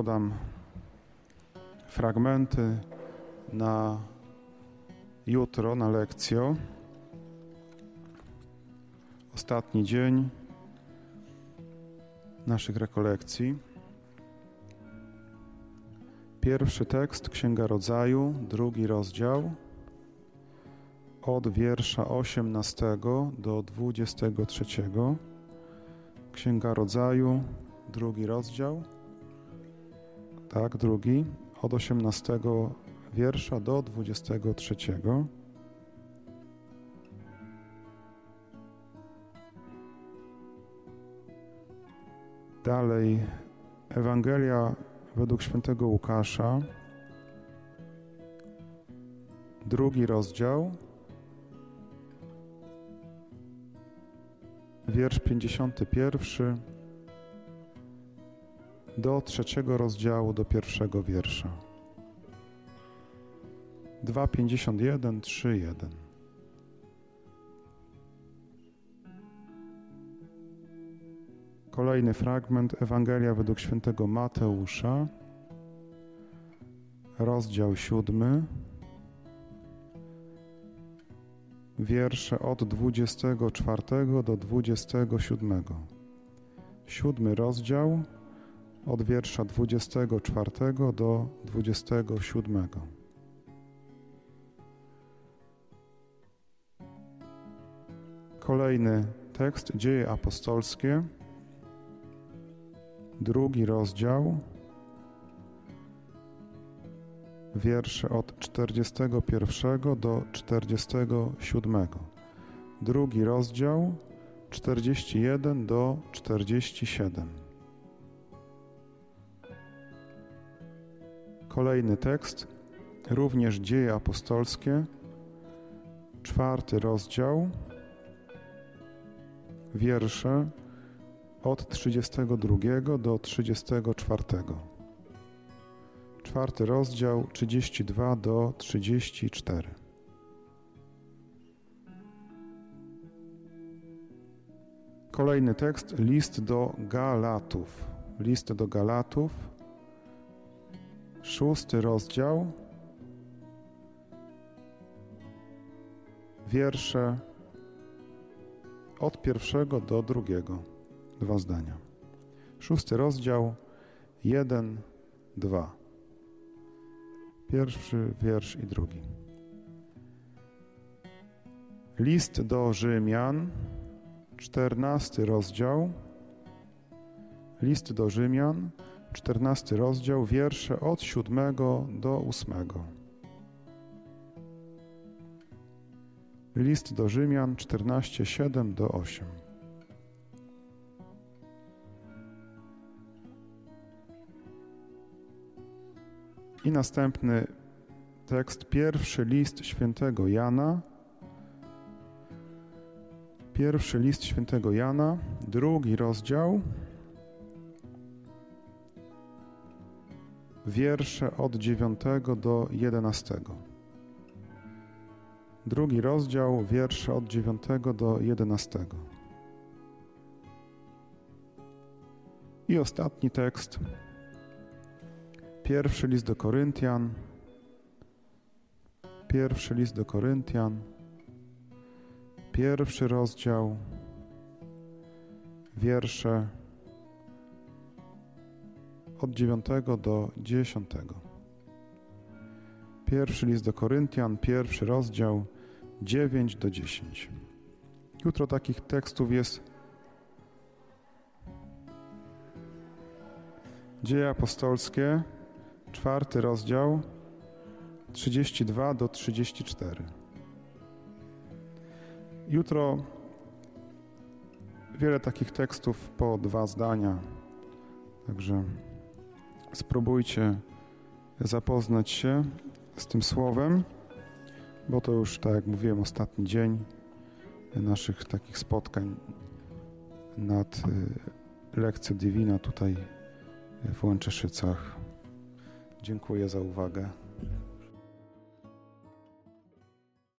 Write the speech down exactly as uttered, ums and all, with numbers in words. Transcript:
podam fragmenty na jutro, na lekcję. Ostatni dzień naszych rekolekcji. Pierwszy tekst, Księga Rodzaju, drugi rozdział, od wiersza osiemnastego do dwudziestego trzeciego. Księga Rodzaju, drugi rozdział, tak, drugi, od osiemnastego wiersza do dwudziestego trzeciego. Dalej Ewangelia według świętego Łukasza, drugi rozdział, wiersz pięćdziesiąty pierwszy do trzeciego rozdziału, do pierwszego wiersza. dwa pięćdziesiąt jeden, trzy jeden. Kolejny fragment, Ewangelia według świętego Mateusza, rozdział siódmy, wiersze od dwudziestego czwartego do dwudziestego siódmego. Siódmy rozdział, od wiersza dwudziestego czwartego do dwudziestego siódmego. Kolejny tekst, Dzieje apostolskie, drugi rozdział, wiersze od czterdziestego pierwszego do czterdziestego siódmego. Drugi rozdział, czterdziesty jeden do czterdziestego siódmego. Kolejny tekst, również Dzieje apostolskie, czwarty rozdział, wiersze od trzydziestego drugiego do trzydziestego czwartego. Czwarty rozdział, trzydziesty drugi do trzydziestego czwartego. Kolejny tekst, list do Galatów. List do Galatów, szósty rozdział, wiersze od pierwszego do drugiego. Dwa zdania. Szósty rozdział, jeden, dwa. Pierwszy wiersz i drugi. List do Rzymian, czternasty rozdział. List do Rzymian, czternasty rozdział, wiersze od siódmego do ósmego. List do Rzymian, czternaście, siedem do ośmiu. I następny tekst, pierwszy list świętego Jana, pierwszy list świętego Jana, drugi rozdział, wiersze od dziewiątego do jedenastego. Drugi rozdział, wiersze od dziewiątego do jedenastego. I ostatni tekst, pierwszy list do Koryntian, pierwszy list do Koryntian, pierwszy rozdział, wiersze od dziewiątego do dziesiątego. Pierwszy list do Koryntian, pierwszy rozdział, dziewięć do dziesięciu. Jutro takich tekstów jest Dzieje apostolskie, czwarty rozdział, trzydziesty drugi do trzydziestego czwartego. Jutro wiele takich tekstów po dwa zdania, także spróbujcie zapoznać się z tym słowem, bo to już, tak jak mówiłem, ostatni dzień naszych takich spotkań nad lekcją Divina tutaj w Łęczeszycach. Dziękuję za uwagę.